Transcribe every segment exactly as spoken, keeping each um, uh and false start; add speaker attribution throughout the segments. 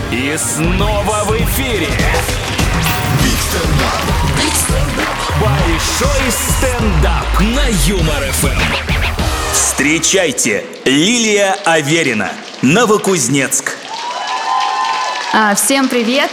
Speaker 1: И снова в эфире большой стендап на Юмор эф эм.
Speaker 2: Встречайте, Лилия Аверина, Новокузнецк.
Speaker 3: А, всем привет.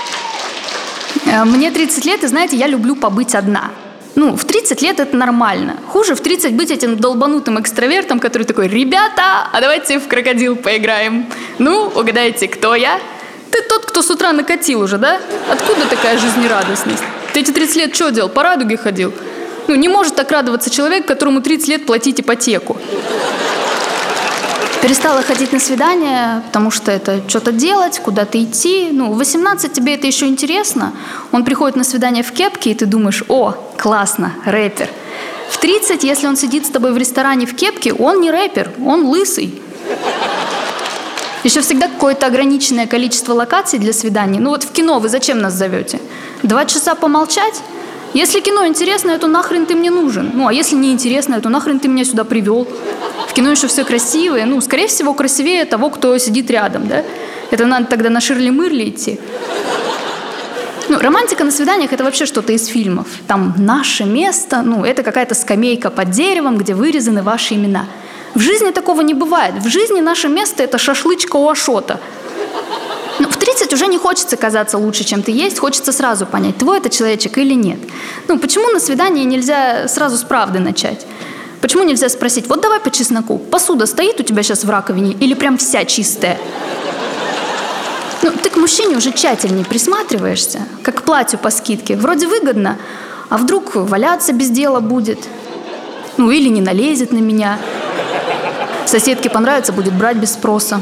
Speaker 3: Мне тридцать лет, и знаете, я люблю побыть одна. Ну, в тридцать лет это нормально. Хуже в тридцать быть этим долбанутым экстравертом, который такой: ребята, а давайте в крокодил поиграем. Ну, угадайте, кто я? Ты тот, кто с утра накатил уже, да? Откуда такая жизнерадостность? Ты эти тридцать лет что делал? По радуге ходил? Ну, не может так радоваться человек, которому тридцать лет платить ипотеку. Перестала ходить на свидания, потому что это что-то делать, куда-то идти. Ну, в восемнадцать тебе это еще интересно. Он приходит на свидание в кепке, и ты думаешь: о, классно, рэпер. В тридцать, если он сидит с тобой в ресторане в кепке, он не рэпер, он лысый. Еще всегда какое-то ограниченное количество локаций для свиданий. Ну вот в кино вы зачем нас зовете? Два часа помолчать? Если кино интересное, то нахрен ты мне нужен? Ну, а если не интересное, то нахрен ты меня сюда привел? В кино еще все красивое. Ну, скорее всего, красивее того, кто сидит рядом, да? Это надо тогда на Ширли-Мырли идти. Ну, романтика на свиданиях – это вообще что-то из фильмов. Там наше место, ну, это какая-то скамейка под деревом, где вырезаны ваши имена. В жизни такого не бывает. В жизни наше место – это шашлычка у Ашота. Ну, в тридцать уже не хочется казаться лучше, чем ты есть. Хочется сразу понять, твой это человечек или нет. Ну, почему на свидании нельзя сразу с правды начать? Почему нельзя спросить: вот давай по чесноку, посуда стоит у тебя сейчас в раковине или прям вся чистая? Ну, ты к мужчине уже тщательнее присматриваешься, как к платью по скидке. Вроде выгодно, а вдруг валяться без дела будет? Ну, или не налезет на меня. Соседке понравится, будет брать без спроса.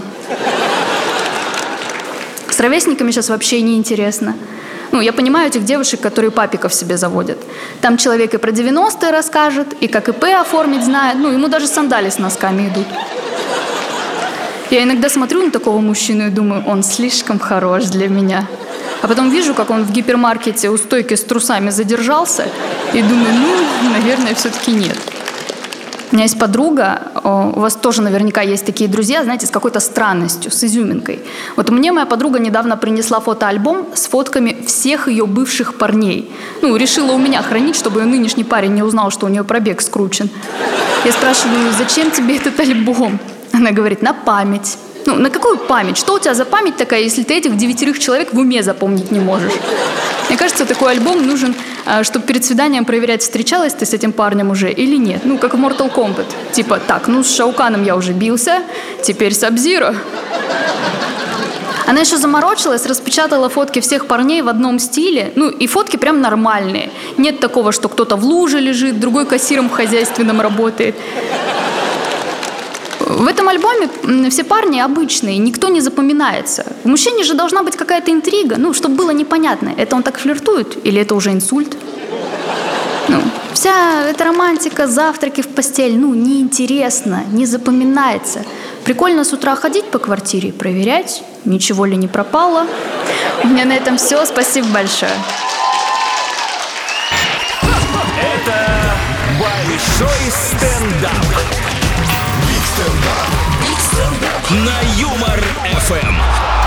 Speaker 3: С ровесниками сейчас вообще неинтересно. Ну, я понимаю этих девушек, которые папиков себе заводят. Там человек и про девяностые расскажет, и как ИП оформить знает. Ну, ему даже сандали с носками идут. Я иногда смотрю на такого мужчину и думаю: он слишком хорош для меня. А потом вижу, как он в гипермаркете у стойки с трусами задержался, и думаю: ну, наверное, все-таки нет. У меня есть подруга, у вас тоже наверняка есть такие друзья, знаете, с какой-то странностью, с изюминкой. Вот мне моя подруга недавно принесла фотоальбом с фотками всех ее бывших парней. Ну, решила у меня хранить, чтобы ее нынешний парень не узнал, что у нее пробег скручен. Я спрашиваю: зачем тебе этот альбом? Она говорит: на память. Ну, на какую память? Что у тебя за память такая, если ты этих девятерых человек в уме запомнить не можешь? Мне кажется, такой альбом нужен, чтобы перед свиданием проверять, встречалась ты с этим парнем уже или нет. Ну, как в Mortal Kombat. Типа: так, ну с Шауканом я уже бился, теперь Саб-Зиро. Она еще заморочилась, распечатала фотки всех парней в одном стиле. Ну, и фотки прям нормальные. Нет такого, что кто-то в луже лежит, другой кассиром в хозяйственном работает. В этом альбоме все парни обычные, никто не запоминается. В мужчине же должна быть какая-то интрига, ну, чтобы было непонятно, это он так флиртует или это уже инсульт. Ну, вся эта романтика, завтраки в постель, ну, неинтересно, не запоминается. Прикольно с утра ходить по квартире, проверять, ничего ли не пропало. У меня на этом все, спасибо большое.
Speaker 1: Это большой стендап на Юмор эф эм.